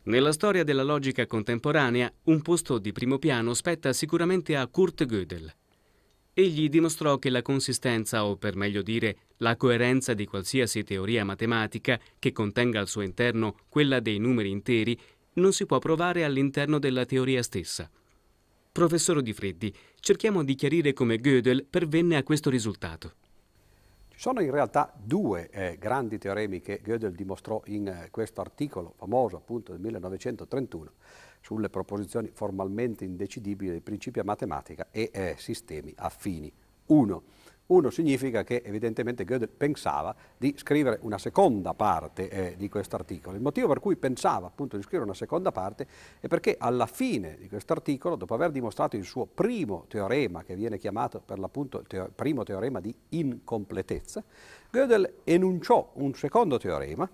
Nella storia della logica contemporanea, un posto di primo piano spetta sicuramente a Kurt Gödel. Egli dimostrò che la consistenza, o per meglio dire, la coerenza di qualsiasi teoria matematica che contenga al suo interno quella dei numeri interi, non si può provare all'interno della teoria stessa. Professor Di Freddi, cerchiamo di chiarire come Gödel pervenne a questo risultato. Ci sono in realtà due grandi teoremi che Gödel dimostrò in questo articolo famoso appunto del 1931 sulle proposizioni formalmente indecidibili dei principi a matematica e sistemi affini. Uno significa che evidentemente Gödel pensava di scrivere una seconda parte di questo articolo. Il motivo per cui pensava appunto di scrivere una seconda parte è perché alla fine di questo articolo, dopo aver dimostrato il suo primo teorema, che viene chiamato per l'appunto il primo teorema di incompletezza, Gödel enunciò un secondo teorema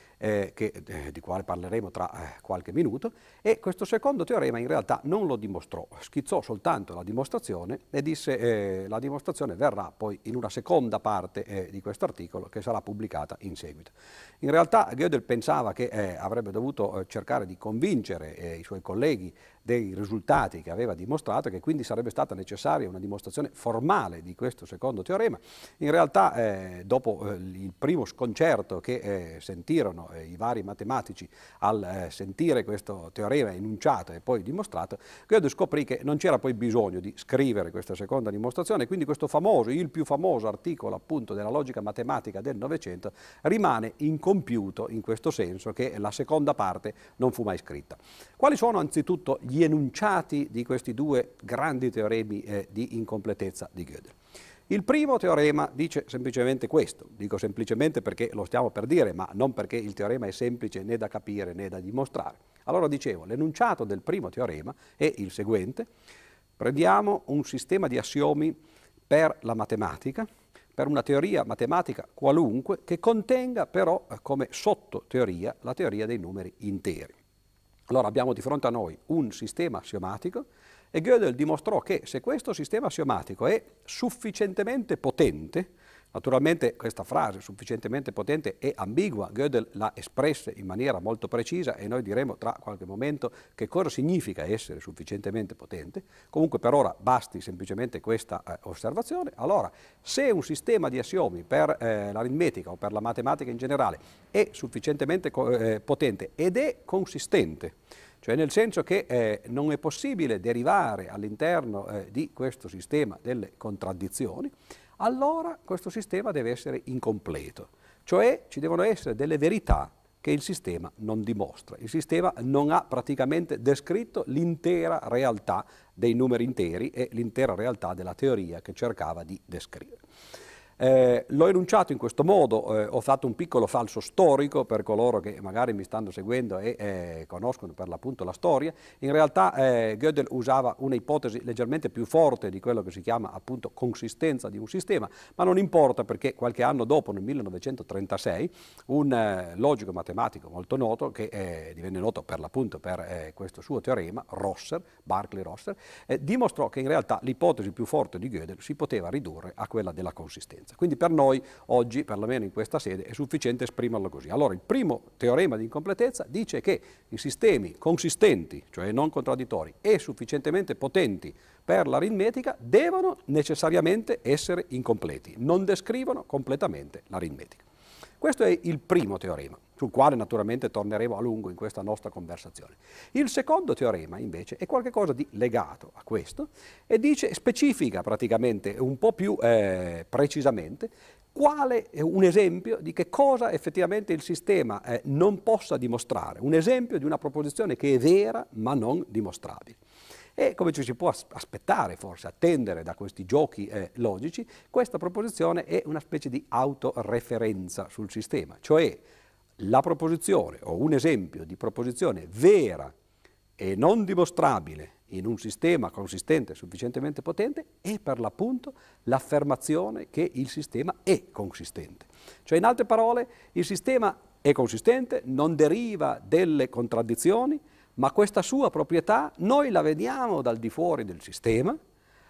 di quale parleremo tra qualche minuto, e questo secondo teorema in realtà non lo dimostrò, schizzò soltanto la dimostrazione e disse la dimostrazione verrà poi in una seconda parte di questo articolo che sarà pubblicata in seguito. In realtà Gödel pensava che avrebbe dovuto cercare di convincere i suoi colleghi dei risultati che aveva dimostrato e che quindi sarebbe stata necessaria una dimostrazione formale di questo secondo teorema. In realtà dopo il primo sconcerto che sentirono i vari matematici al sentire questo teorema enunciato e poi dimostrato, Gödel scoprì che non c'era poi bisogno di scrivere questa seconda dimostrazione, quindi questo famoso, il più famoso articolo appunto della logica matematica del Novecento rimane incompiuto in questo senso, che la seconda parte non fu mai scritta. Quali sono anzitutto gli enunciati di questi due grandi teoremi di incompletezza di Gödel? Il primo teorema dice semplicemente questo, dico semplicemente perché lo stiamo per dire, ma non perché il teorema è semplice né da capire né da dimostrare. Allora dicevo, l'enunciato del primo teorema è il seguente: prendiamo un sistema di assiomi per la matematica, per una teoria matematica qualunque, che contenga però come sottoteoria la teoria dei numeri interi. Allora abbiamo di fronte a noi un sistema assiomatico e Gödel dimostrò che se questo sistema assiomatico è sufficientemente potente, naturalmente questa frase sufficientemente potente è ambigua, Gödel l'ha espressa in maniera molto precisa e noi diremo tra qualche momento che cosa significa essere sufficientemente potente, comunque per ora basti semplicemente questa osservazione. Allora, se un sistema di assiomi per l'aritmetica o per la matematica in generale è sufficientemente potente ed è consistente, cioè nel senso che non è possibile derivare all'interno di questo sistema delle contraddizioni, allora questo sistema deve essere incompleto, cioè ci devono essere delle verità che il sistema non dimostra. Il sistema non ha praticamente descritto l'intera realtà dei numeri interi e l'intera realtà della teoria che cercava di descrivere. L'ho enunciato in questo modo, ho fatto un piccolo falso storico per coloro che magari mi stanno seguendo e conoscono per l'appunto la storia. In realtà Gödel usava un'ipotesi leggermente più forte di quello che si chiama appunto consistenza di un sistema, ma non importa, perché qualche anno dopo, nel 1936, un logico matematico molto noto, che divenne noto per l'appunto per questo suo teorema, Barclay-Rosser, dimostrò che in realtà l'ipotesi più forte di Gödel si poteva ridurre a quella della consistenza. Quindi per noi oggi, perlomeno in questa sede, è sufficiente esprimerlo così. Allora il primo teorema di incompletezza dice che i sistemi consistenti, cioè non contraddittori, e sufficientemente potenti per l'aritmetica devono necessariamente essere incompleti, non descrivono completamente l'aritmetica. Questo è il primo teorema, sul quale naturalmente torneremo a lungo in questa nostra conversazione. Il secondo teorema invece è qualcosa di legato a questo e specifica praticamente un po' più precisamente quale è un esempio di che cosa effettivamente il sistema non possa dimostrare, un esempio di una proposizione che è vera ma non dimostrabile. E come ci si può aspettare, forse, attendere da questi giochi logici, questa proposizione è una specie di autoreferenza sul sistema, cioè la proposizione o un esempio di proposizione vera e non dimostrabile in un sistema consistente e sufficientemente potente è per l'appunto l'affermazione che il sistema è consistente. Cioè, in altre parole, il sistema è consistente, non deriva delle contraddizioni, ma questa sua proprietà noi la vediamo dal di fuori del sistema,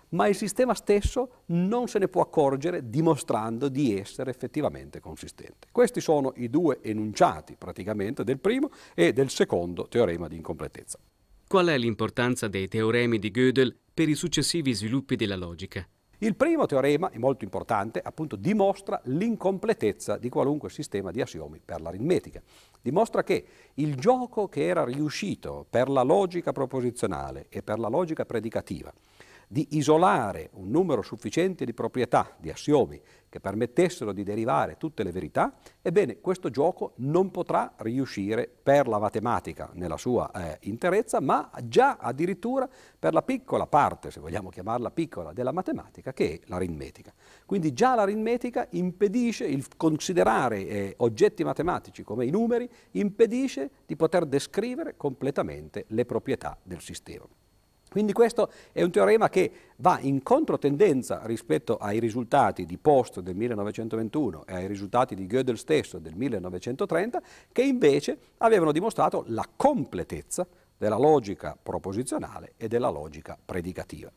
ma il sistema stesso non se ne può accorgere dimostrando di essere effettivamente consistente. Questi sono i due enunciati praticamente del primo e del secondo teorema di incompletezza. Qual è l'importanza dei teoremi di Gödel per i successivi sviluppi della logica? Il primo teorema è molto importante, appunto dimostra l'incompletezza di qualunque sistema di assiomi per l'aritmetica. Dimostra che il gioco che era riuscito per la logica proposizionale e per la logica predicativa di isolare un numero sufficiente di proprietà, di assiomi, che permettessero di derivare tutte le verità, ebbene questo gioco non potrà riuscire per la matematica nella sua interezza, ma già addirittura per la piccola parte, se vogliamo chiamarla piccola, della matematica, che è l'aritmetica. Quindi già l'aritmetica impedisce, il considerare oggetti matematici come i numeri, impedisce di poter descrivere completamente le proprietà del sistema. Quindi questo è un teorema che va in controtendenza rispetto ai risultati di Post del 1921 e ai risultati di Gödel stesso del 1930, che invece avevano dimostrato la completezza della logica proposizionale e della logica predicativa.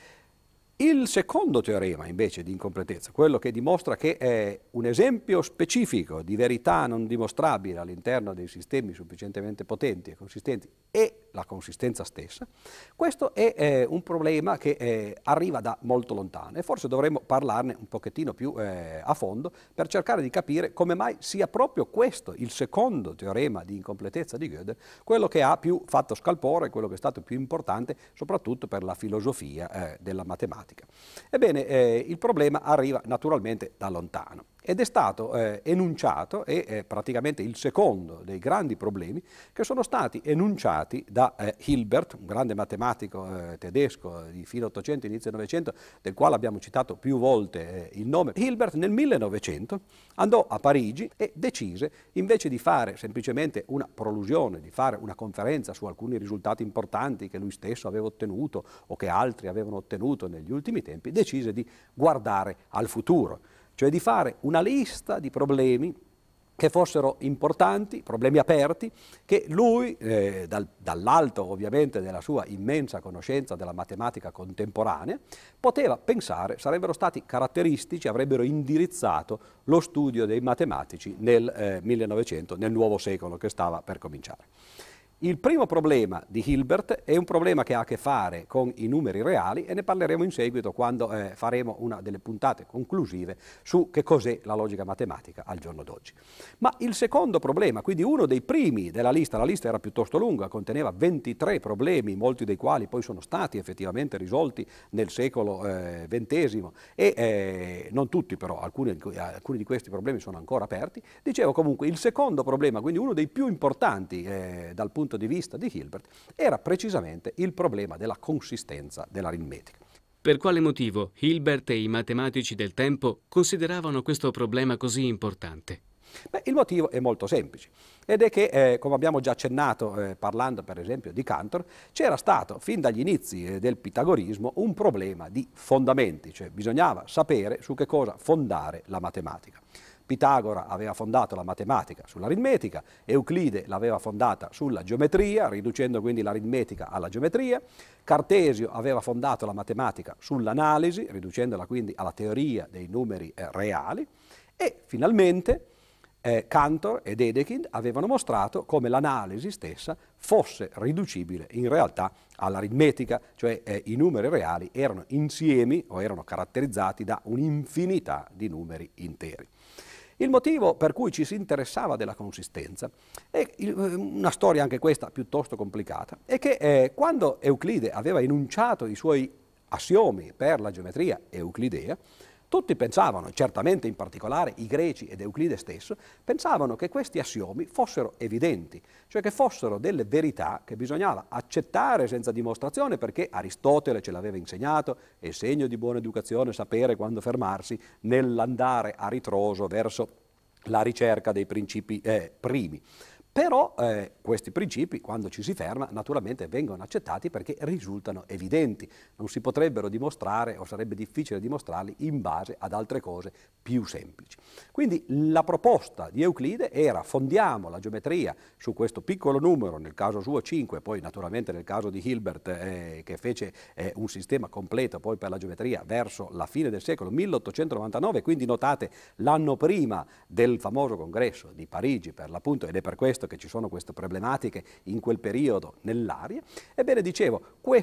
Il secondo teorema invece di incompletezza, quello che dimostra che è un esempio specifico di verità non dimostrabile all'interno dei sistemi sufficientemente potenti e consistenti e la consistenza stessa, questo è un problema che arriva da molto lontano e forse dovremmo parlarne un pochettino più a fondo per cercare di capire come mai sia proprio questo, il secondo teorema di incompletezza di Gödel, quello che ha più fatto scalpore, quello che è stato più importante soprattutto per la filosofia della matematica. Ebbene, il problema arriva naturalmente da lontano ed è stato enunciato, è praticamente il secondo dei grandi problemi che sono stati enunciati da Hilbert, un grande matematico tedesco di fine 800 inizio 900, del quale abbiamo citato più volte il nome. Hilbert nel 1900 andò a Parigi e decise, invece di fare semplicemente una prolusione, di fare una conferenza su alcuni risultati importanti che lui stesso aveva ottenuto o che altri avevano ottenuto negli ultimi tempi, decise di guardare al futuro, cioè di fare una lista di problemi che fossero importanti, problemi aperti, che lui, dall'alto ovviamente della sua immensa conoscenza della matematica contemporanea, poteva pensare sarebbero stati caratteristici, avrebbero indirizzato lo studio dei matematici nel 1900, nel nuovo secolo che stava per cominciare. Il primo problema di Hilbert è un problema che ha a che fare con i numeri reali e ne parleremo in seguito quando faremo una delle puntate conclusive su che cos'è la logica matematica al giorno d'oggi. Ma il secondo problema, quindi uno dei primi della lista, la lista era piuttosto lunga, conteneva 23 problemi, molti dei quali poi sono stati effettivamente risolti nel secolo XX e non tutti però, alcuni di questi problemi sono ancora aperti. Dicevo comunque il secondo problema, quindi uno dei più importanti dal punto di vista di Hilbert, era precisamente il problema della consistenza dell'aritmetica. Per quale motivo Hilbert e i matematici del tempo consideravano questo problema così importante? Beh, il motivo è molto semplice ed è che, come abbiamo già accennato parlando per esempio di Cantor, c'era stato fin dagli inizi del pitagorismo un problema di fondamenti, cioè bisognava sapere su che cosa fondare la matematica. Pitagora aveva fondato la matematica sull'aritmetica, Euclide l'aveva fondata sulla geometria, riducendo quindi l'aritmetica alla geometria, Cartesio aveva fondato la matematica sull'analisi, riducendola quindi alla teoria dei numeri reali, e finalmente Cantor e Dedekind avevano mostrato come l'analisi stessa fosse riducibile in realtà all'aritmetica, cioè i numeri reali erano insiemi o erano caratterizzati da un'infinità di numeri interi. Il motivo per cui ci si interessava della consistenza è una storia anche questa piuttosto complicata, è che quando Euclide aveva enunciato i suoi assiomi per la geometria euclidea, tutti pensavano, certamente in particolare i greci ed Euclide stesso, pensavano che questi assiomi fossero evidenti, cioè che fossero delle verità che bisognava accettare senza dimostrazione perché Aristotele ce l'aveva insegnato, è segno di buona educazione sapere quando fermarsi nell'andare a ritroso verso la ricerca dei principi primi. Però questi principi, quando ci si ferma, naturalmente vengono accettati perché risultano evidenti. Non si potrebbero dimostrare o sarebbe difficile dimostrarli in base ad altre cose più semplici. Quindi la proposta di Euclide era: fondiamo la geometria su questo piccolo numero, nel caso suo 5, poi naturalmente nel caso di Hilbert che fece un sistema completo poi per la geometria verso la fine del secolo 1899, quindi notate l'anno prima del famoso congresso di Parigi per l'appunto, ed è per questo che ci sono queste problematiche in quel periodo nell'aria. Ebbene, dicevo,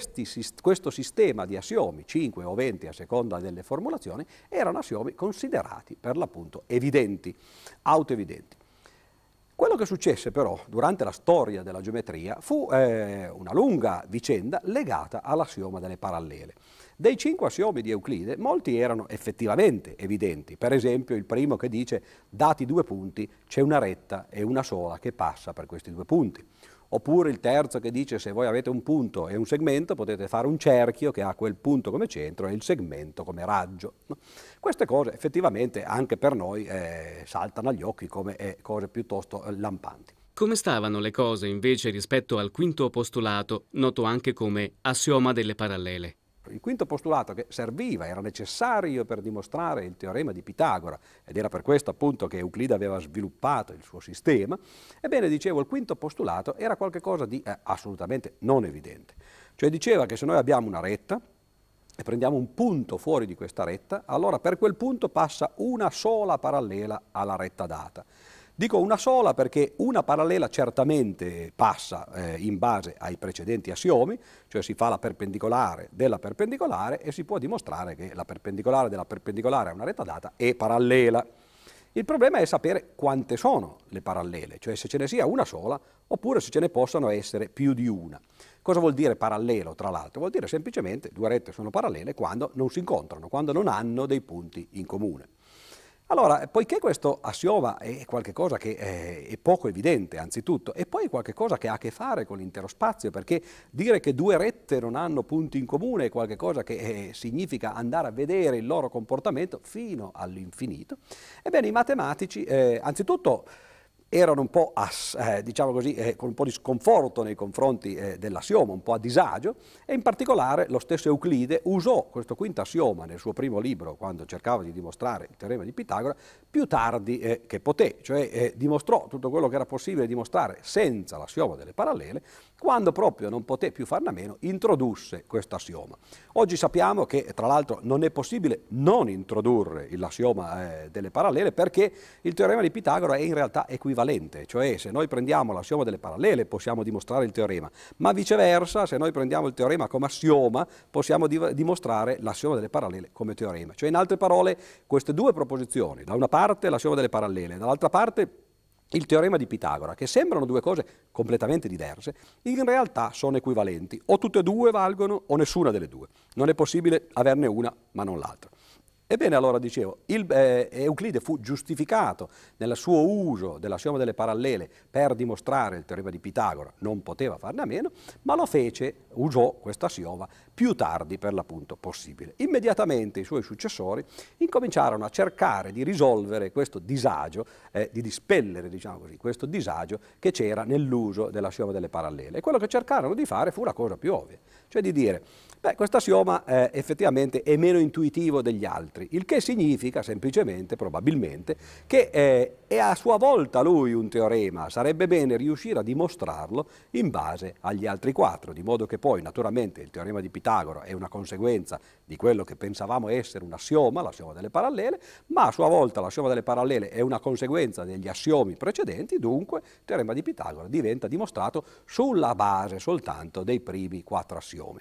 questo sistema di assiomi, 5 o 20 a seconda delle formulazioni, erano assiomi considerati per l'appunto evidenti, autoevidenti. Quello che successe però durante la storia della geometria fu una lunga vicenda legata all'assioma delle parallele. Dei 5 assiomi di Euclide, molti erano effettivamente evidenti. Per esempio il primo che dice: dati 2 punti c'è una retta e una sola che passa per questi 2 punti. Oppure il terzo che dice: se voi avete un punto e un segmento potete fare un cerchio che ha quel punto come centro e il segmento come raggio. No? Queste cose effettivamente anche per noi saltano agli occhi come cose piuttosto lampanti. Come stavano le cose invece rispetto al quinto postulato, noto anche come assioma delle parallele? Il quinto postulato che serviva, era necessario per dimostrare il teorema di Pitagora, ed era per questo appunto che Euclide aveva sviluppato il suo sistema. Ebbene, dicevo, il quinto postulato era qualcosa di assolutamente non evidente. Cioè diceva che se noi abbiamo una retta e prendiamo un punto fuori di questa retta, allora per quel punto passa una sola parallela alla retta data. Dico una sola perché una parallela certamente passa in base ai precedenti assiomi, cioè si fa la perpendicolare della perpendicolare e si può dimostrare che la perpendicolare della perpendicolare a una retta data è parallela. Il problema è sapere quante sono le parallele, cioè se ce ne sia una sola oppure se ce ne possano essere più di una. Cosa vuol dire parallelo, tra l'altro? Vuol dire semplicemente 2 rette sono parallele quando non si incontrano, quando non hanno dei punti in comune. Allora, poiché questo assioma è qualcosa che è poco evidente, anzitutto, e poi qualcosa che ha a che fare con l'intero spazio, perché dire che 2 rette non hanno punti in comune è qualcosa che significa andare a vedere il loro comportamento fino all'infinito, ebbene i matematici, anzitutto, erano un po', diciamo così, con un po' di sconforto nei confronti dell'assioma, un po' a disagio, e in particolare lo stesso Euclide usò questo quinto assioma nel suo primo libro, quando cercava di dimostrare il teorema di Pitagora, più tardi che poté, cioè dimostrò tutto quello che era possibile dimostrare senza l'assioma delle parallele. Quando proprio non poté più farne a meno, introdusse questo assioma. Oggi sappiamo che, tra l'altro, non è possibile non introdurre l'assioma delle parallele, perché il teorema di Pitagora è in realtà equivalente, cioè se noi prendiamo l'assioma delle parallele possiamo dimostrare il teorema, ma viceversa se noi prendiamo il teorema come assioma possiamo dimostrare l'assioma delle parallele come teorema. Cioè, in altre parole, queste 2 proposizioni, da una parte l'assioma delle parallele, dall'altra parte il teorema di Pitagora, che sembrano 2 cose completamente diverse, in realtà sono equivalenti. O tutte e 2 valgono o nessuna delle 2. Non è possibile averne una ma non l'altra. Ebbene, allora dicevo, Euclide fu giustificato nel suo uso dell'assioma delle parallele per dimostrare il teorema di Pitagora, non poteva farne a meno, ma lo fece, usò questo assioma più tardi per l'appunto possibile. Immediatamente i suoi successori incominciarono a cercare di risolvere questo disagio, di dispellere, diciamo così, questo disagio che c'era nell'uso dell'assioma delle parallele. E quello che cercarono di fare fu la cosa più ovvia, cioè di dire: beh, questo assioma effettivamente è meno intuitivo degli altri, il che significa semplicemente, probabilmente, che è a sua volta lui un teorema, sarebbe bene riuscire a dimostrarlo in base agli altri 4, di modo che poi naturalmente il teorema di Pitagora è una conseguenza di quello che pensavamo essere un assioma, l'assioma delle parallele, ma a sua volta l'assioma delle parallele è una conseguenza degli assiomi precedenti, dunque il teorema di Pitagora diventa dimostrato sulla base soltanto dei primi 4 assiomi.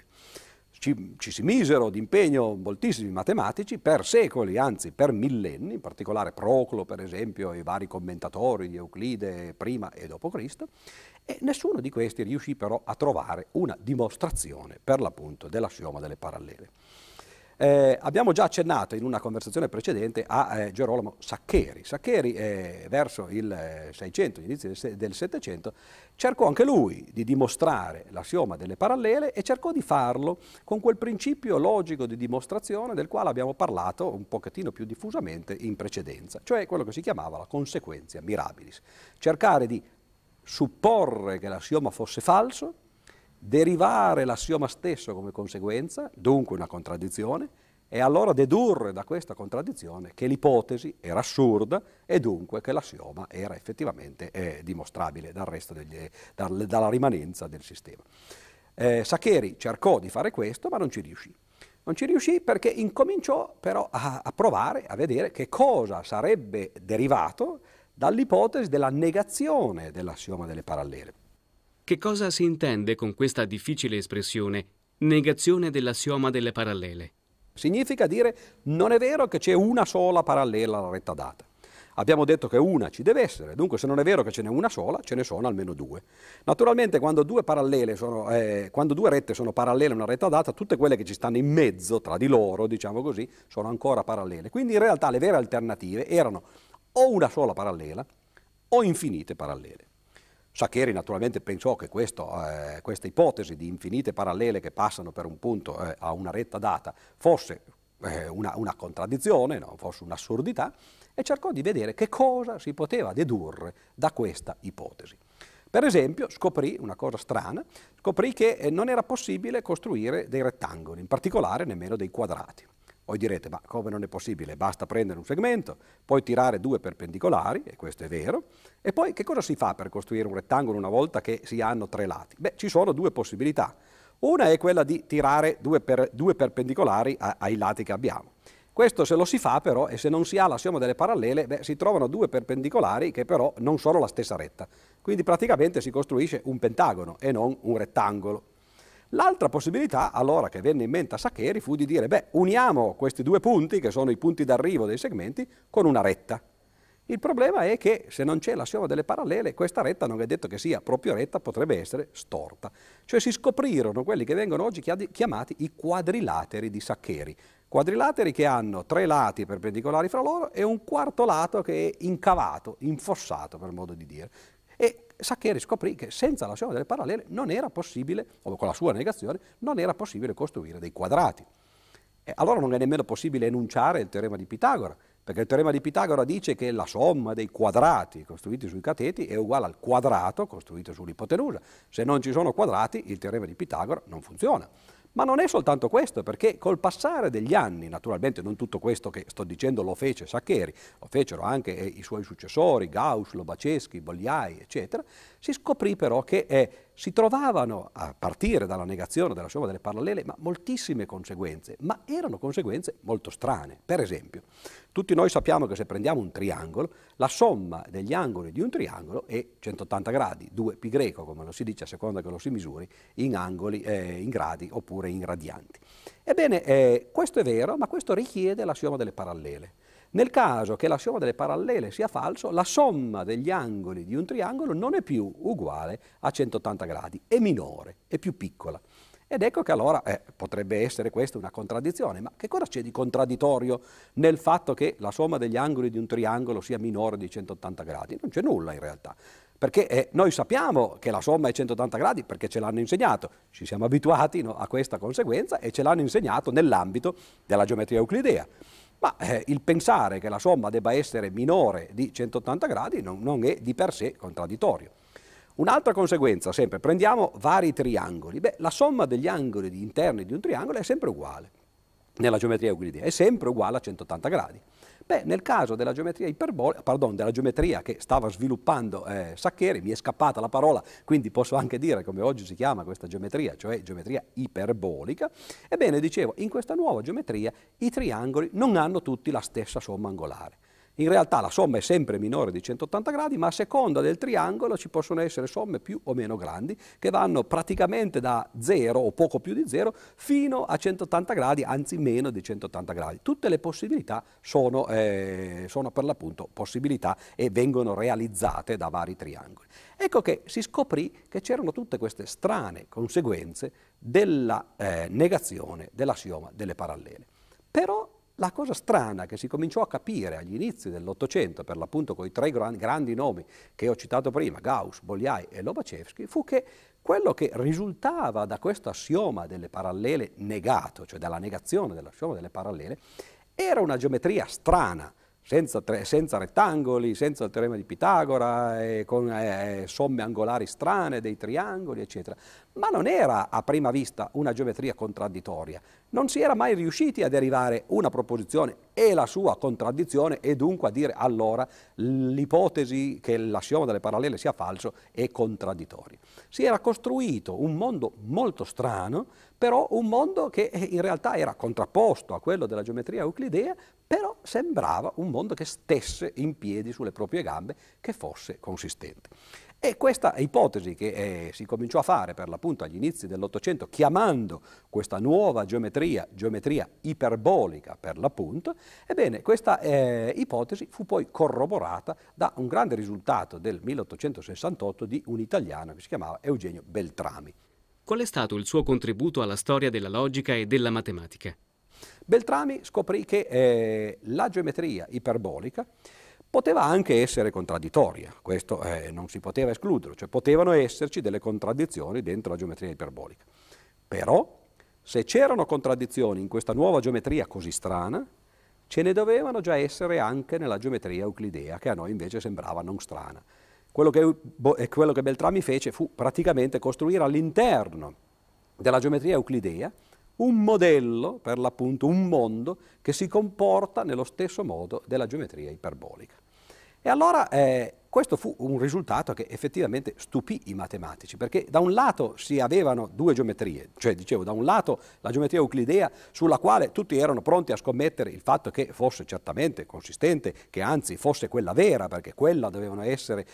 Ci si misero d'impegno moltissimi matematici per secoli, anzi per millenni, in particolare Proclo per esempio e i vari commentatori di Euclide prima e dopo Cristo, e nessuno di questi riuscì però a trovare una dimostrazione per l'appunto dell'assioma delle parallele. Abbiamo già accennato in una conversazione precedente a Gerolamo Saccheri. Saccheri verso il 600, inizio del 700, cercò anche lui di dimostrare l'assioma delle parallele e cercò di farlo con quel principio logico di dimostrazione del quale abbiamo parlato un pochettino più diffusamente in precedenza, cioè quello che si chiamava la consequentia mirabilis. Cercare di supporre che l'assioma fosse falso, derivare l'assioma stesso come conseguenza, dunque una contraddizione, e allora dedurre da questa contraddizione che l'ipotesi era assurda e dunque che l'assioma era effettivamente dimostrabile dal resto dalla rimanenza del sistema. Saccheri cercò di fare questo, ma non ci riuscì. Non ci riuscì perché incominciò però a provare, a vedere che cosa sarebbe derivato dall'ipotesi della negazione dell'assioma delle parallele. Che cosa si intende con questa difficile espressione, negazione dell'assioma delle parallele? Significa dire non è vero che c'è una sola parallela alla retta data. Abbiamo detto che una ci deve essere, dunque se non è vero che ce n'è una sola, ce ne sono almeno due. Naturalmente quando due rette sono parallele a una retta data, tutte quelle che ci stanno in mezzo, tra di loro, diciamo così, sono ancora parallele. Quindi in realtà le vere alternative erano o una sola parallela o infinite parallele. Saccheri naturalmente pensò che questa ipotesi di infinite parallele che passano per un punto a una retta data fosse una contraddizione, no? Fosse un'assurdità, e cercò di vedere che cosa si poteva dedurre da questa ipotesi. Per esempio scoprì una cosa strana, scoprì che non era possibile costruire dei rettangoli, in particolare nemmeno dei quadrati. Voi direte, ma come non è possibile? Basta prendere un segmento, poi tirare due perpendicolari, e questo è vero, e poi che cosa si fa per costruire un rettangolo una volta che si hanno tre lati? Beh, ci sono due possibilità. Una è quella di tirare due perpendicolari ai lati che abbiamo. Questo se lo si fa però, e se non si ha l'assioma delle parallele, si trovano due perpendicolari che però non sono la stessa retta. Quindi praticamente si costruisce un pentagono e non un rettangolo. L'altra possibilità, allora, che venne in mente a Saccheri fu di dire, uniamo questi due punti, che sono i punti d'arrivo dei segmenti, con una retta. Il problema è che se non c'è l'assioma delle parallele, questa retta non è detto che sia proprio retta, potrebbe essere storta. Cioè si scoprirono quelli che vengono oggi chiamati i quadrilateri di Saccheri. Quadrilateri che hanno tre lati perpendicolari fra loro e un quarto lato che è incavato, infossato per modo di dire. E Saccheri scoprì che senza l'assioma delle parallele non era possibile, o con la sua negazione, non era possibile costruire dei quadrati. E allora non è nemmeno possibile enunciare il teorema di Pitagora, perché il teorema di Pitagora dice che la somma dei quadrati costruiti sui cateti è uguale al quadrato costruito sull'ipotenusa. Se non ci sono quadrati, il teorema di Pitagora non funziona. Ma non è soltanto questo, perché col passare degli anni, naturalmente non tutto questo che sto dicendo lo fece Saccheri, lo fecero anche i suoi successori, Gauss, Lobachevsky, Bolyai, eccetera, si scoprì però che si trovavano, a partire dalla negazione della somma delle parallele, ma moltissime conseguenze, ma erano conseguenze molto strane. Per esempio, tutti noi sappiamo che se prendiamo un triangolo, la somma degli angoli di un triangolo è 180 gradi, 2π greco, come lo si dice a seconda che lo si misuri, in angoli, in gradi oppure in radianti. Ebbene, questo è vero, ma questo richiede l'assioma delle parallele. Nel caso che l'assioma delle parallele sia falso, la somma degli angoli di un triangolo non è più uguale a 180 gradi, è minore, è più piccola. Ed ecco che allora potrebbe essere questa una contraddizione, ma che cosa c'è di contraddittorio nel fatto che la somma degli angoli di un triangolo sia minore di 180 gradi? Non c'è nulla in realtà, perché noi sappiamo che la somma è 180 gradi perché ce l'hanno insegnato, ci siamo abituati, no, a questa conseguenza e ce l'hanno insegnato nell'ambito della geometria euclidea. Ma il pensare che la somma debba essere minore di 180 gradi non è di per sé contraddittorio. Un'altra conseguenza, sempre, prendiamo vari triangoli. La somma degli angoli interni di un triangolo è sempre uguale. Nella geometria euclidea è sempre uguale a 180 gradi. Nel caso della geometria della geometria che stava sviluppando Saccheri, mi è scappata la parola, quindi posso anche dire come oggi si chiama questa geometria, cioè geometria iperbolica. Ebbene, dicevo, in questa nuova geometria i triangoli non hanno tutti la stessa somma angolare. In realtà la somma è sempre minore di 180 gradi, ma a seconda del triangolo ci possono essere somme più o meno grandi che vanno praticamente da 0 o poco più di 0 fino a 180 gradi, anzi meno di 180 gradi. Tutte le possibilità sono per l'appunto possibilità e vengono realizzate da vari triangoli. Ecco che si scoprì che c'erano tutte queste strane conseguenze della negazione dell'assioma delle parallele. Però la cosa strana che si cominciò a capire agli inizi dell'Ottocento, per l'appunto con i tre grandi nomi che ho citato prima, Gauss, Bolyai e Lobachevsky, fu che quello che risultava da questo assioma delle parallele negato, cioè dalla negazione dell'assioma delle parallele, era una geometria strana, senza rettangoli, senza il teorema di Pitagora, con somme angolari strane dei triangoli, eccetera. Ma non era a prima vista una geometria contraddittoria. Non si era mai riusciti a derivare una proposizione e la sua contraddizione e dunque a dire allora l'ipotesi che l'assioma delle parallele sia falso è contraddittoria. Si era costruito un mondo molto strano, però un mondo che in realtà era contrapposto a quello della geometria euclidea, però sembrava un mondo che stesse in piedi sulle proprie gambe, che fosse consistente. E questa ipotesi che si cominciò a fare per l'appunto agli inizi dell'Ottocento, chiamando questa nuova geometria iperbolica per l'appunto, ebbene questa ipotesi fu poi corroborata da un grande risultato del 1868 di un italiano che si chiamava Eugenio Beltrami. Qual è stato il suo contributo alla storia della logica e della matematica? Beltrami scoprì che la geometria iperbolica poteva anche essere contraddittoria, questo non si poteva escludere, cioè potevano esserci delle contraddizioni dentro la geometria iperbolica. Però, se c'erano contraddizioni in questa nuova geometria così strana, ce ne dovevano già essere anche nella geometria euclidea, che a noi invece sembrava non strana. Quello che Beltrami fece fu praticamente costruire all'interno della geometria euclidea un modello, per l'appunto un mondo, che si comporta nello stesso modo della geometria iperbolica. E allora questo fu un risultato che effettivamente stupì i matematici, perché da un lato si avevano due geometrie, cioè dicevo da un lato la geometria euclidea sulla quale tutti erano pronti a scommettere il fatto che fosse certamente consistente, che anzi fosse quella vera, perché quelle dovevano essere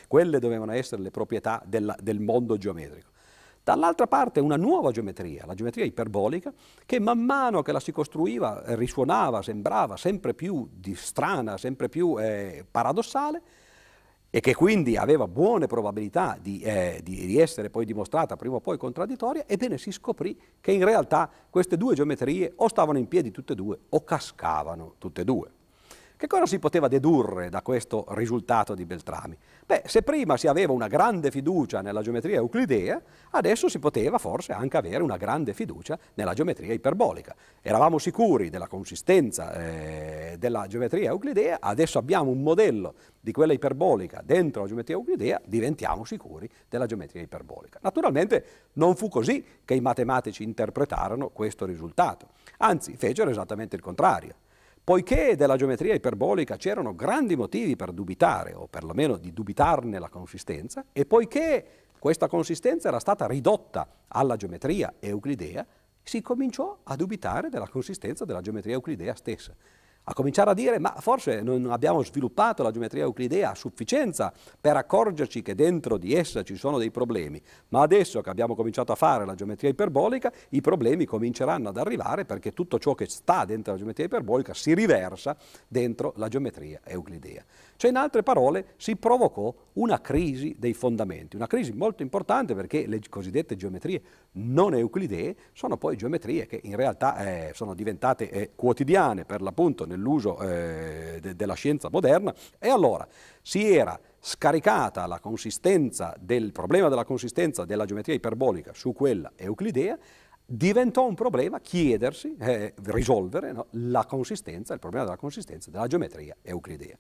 le proprietà del mondo geometrico. Dall'altra parte una nuova geometria, la geometria iperbolica, che man mano che la si costruiva risuonava, sembrava sempre più strana, sempre più paradossale, e che quindi aveva buone probabilità di essere poi dimostrata prima o poi contraddittoria, ebbene si scoprì che in realtà queste due geometrie o stavano in piedi tutte e due o cascavano tutte e due. Che cosa si poteva dedurre da questo risultato di Beltrami? Beh, se prima si aveva una grande fiducia nella geometria euclidea, adesso si poteva forse anche avere una grande fiducia nella geometria iperbolica. Eravamo sicuri della consistenza della geometria euclidea, adesso abbiamo un modello di quella iperbolica dentro la geometria euclidea, diventiamo sicuri della geometria iperbolica. Naturalmente non fu così che i matematici interpretarono questo risultato, anzi fecero esattamente il contrario. Poiché della geometria iperbolica c'erano grandi motivi per dubitare, o perlomeno di dubitarne la consistenza, e poiché questa consistenza era stata ridotta alla geometria euclidea, si cominciò a dubitare della consistenza della geometria euclidea stessa. A cominciare a dire, ma forse non abbiamo sviluppato la geometria euclidea a sufficienza per accorgerci che dentro di essa ci sono dei problemi, ma adesso che abbiamo cominciato a fare la geometria iperbolica, i problemi cominceranno ad arrivare perché tutto ciò che sta dentro la geometria iperbolica si riversa dentro la geometria euclidea. Cioè, in altre parole, si provocò una crisi dei fondamenti, una crisi molto importante perché le cosiddette geometrie non euclidee sono poi geometrie che in realtà sono diventate quotidiane per l'appunto nell'uso della scienza moderna, e allora si era scaricata la consistenza del problema della consistenza della geometria iperbolica su quella euclidea. Diventò un problema chiedersi, risolvere, no, il problema della consistenza della geometria euclidea.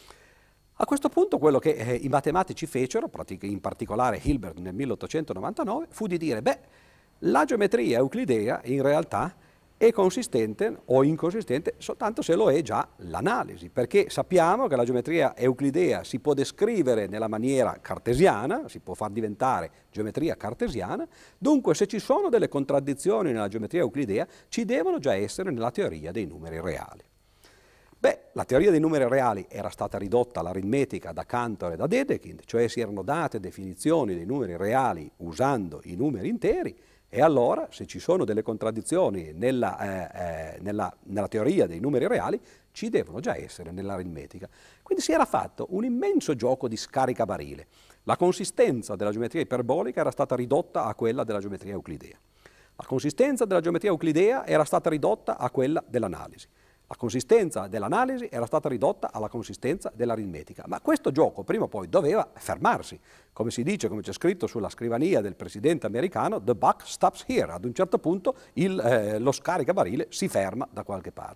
A questo punto quello che i matematici fecero, in particolare Hilbert nel 1899, fu di dire, beh, la geometria euclidea in realtà è consistente o inconsistente soltanto se lo è già l'analisi, perché sappiamo che la geometria euclidea si può descrivere nella maniera cartesiana, si può far diventare geometria cartesiana, dunque se ci sono delle contraddizioni nella geometria euclidea ci devono già essere nella teoria dei numeri reali. Beh, la teoria dei numeri reali era stata ridotta all'aritmetica da Cantor e da Dedekind, cioè si erano date definizioni dei numeri reali usando i numeri interi, e allora se ci sono delle contraddizioni nella teoria dei numeri reali ci devono già essere nell'aritmetica. Quindi si era fatto un immenso gioco di scaricabarile. La consistenza della geometria iperbolica era stata ridotta a quella della geometria euclidea. La consistenza della geometria euclidea era stata ridotta a quella dell'analisi. La consistenza dell'analisi era stata ridotta alla consistenza dell'aritmetica, ma questo gioco prima o poi doveva fermarsi. Come si dice, come c'è scritto sulla scrivania del presidente americano, the buck stops here. Ad un certo punto lo scaricabarile si ferma da qualche parte.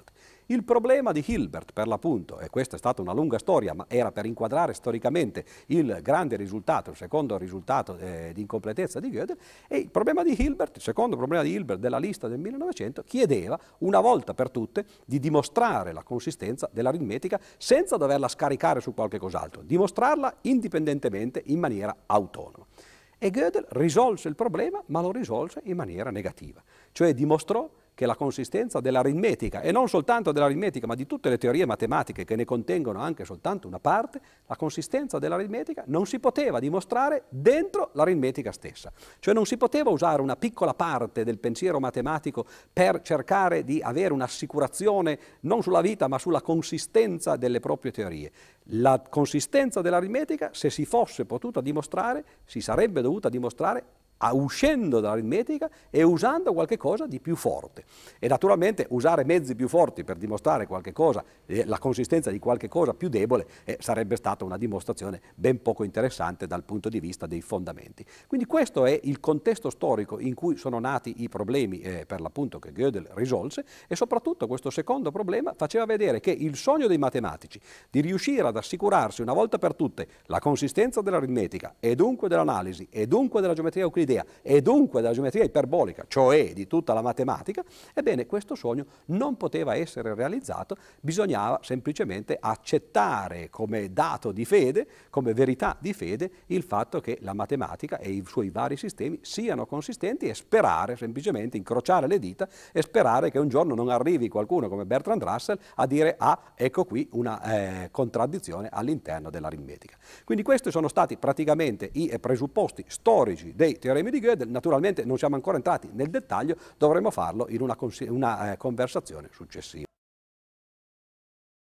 Il problema di Hilbert, per l'appunto, e questa è stata una lunga storia, ma era per inquadrare storicamente il grande risultato, il secondo risultato di incompletezza di Gödel, e il problema di Hilbert, il secondo problema di Hilbert della lista del 1900, chiedeva una volta per tutte di dimostrare la consistenza dell'aritmetica senza doverla scaricare su qualche cos'altro, dimostrarla indipendentemente in maniera autonoma. E Gödel risolse il problema, ma lo risolse in maniera negativa, cioè dimostrò che la consistenza dell'aritmetica, e non soltanto dell'aritmetica, ma di tutte le teorie matematiche che ne contengono anche soltanto una parte, la consistenza dell'aritmetica non si poteva dimostrare dentro l'aritmetica stessa. Cioè non si poteva usare una piccola parte del pensiero matematico per cercare di avere un'assicurazione non sulla vita, ma sulla consistenza delle proprie teorie. La consistenza dell'aritmetica, se si fosse potuta dimostrare, si sarebbe dovuta dimostrare uscendo dall'aritmetica e usando qualche cosa di più forte. E naturalmente usare mezzi più forti per dimostrare qualche cosa, la consistenza di qualche cosa più debole, sarebbe stata una dimostrazione ben poco interessante dal punto di vista dei fondamenti. Quindi questo è il contesto storico in cui sono nati i problemi per l'appunto che Gödel risolse, e soprattutto questo secondo problema faceva vedere che il sogno dei matematici di riuscire ad assicurarsi una volta per tutte la consistenza dell'aritmetica e dunque dell'analisi e dunque della geometria euclidea e dunque della geometria iperbolica, cioè di tutta la matematica, ebbene questo sogno non poteva essere realizzato, bisognava semplicemente accettare come dato di fede, come verità di fede, il fatto che la matematica e i suoi vari sistemi siano consistenti e sperare, semplicemente incrociare le dita e sperare che un giorno non arrivi qualcuno come Bertrand Russell a dire ecco qui una contraddizione all'interno dell'aritmetica. Quindi questi sono stati praticamente i presupposti storici dei teoremi di Gödel. Naturalmente non siamo ancora entrati nel dettaglio, dovremo farlo in una conversazione successiva.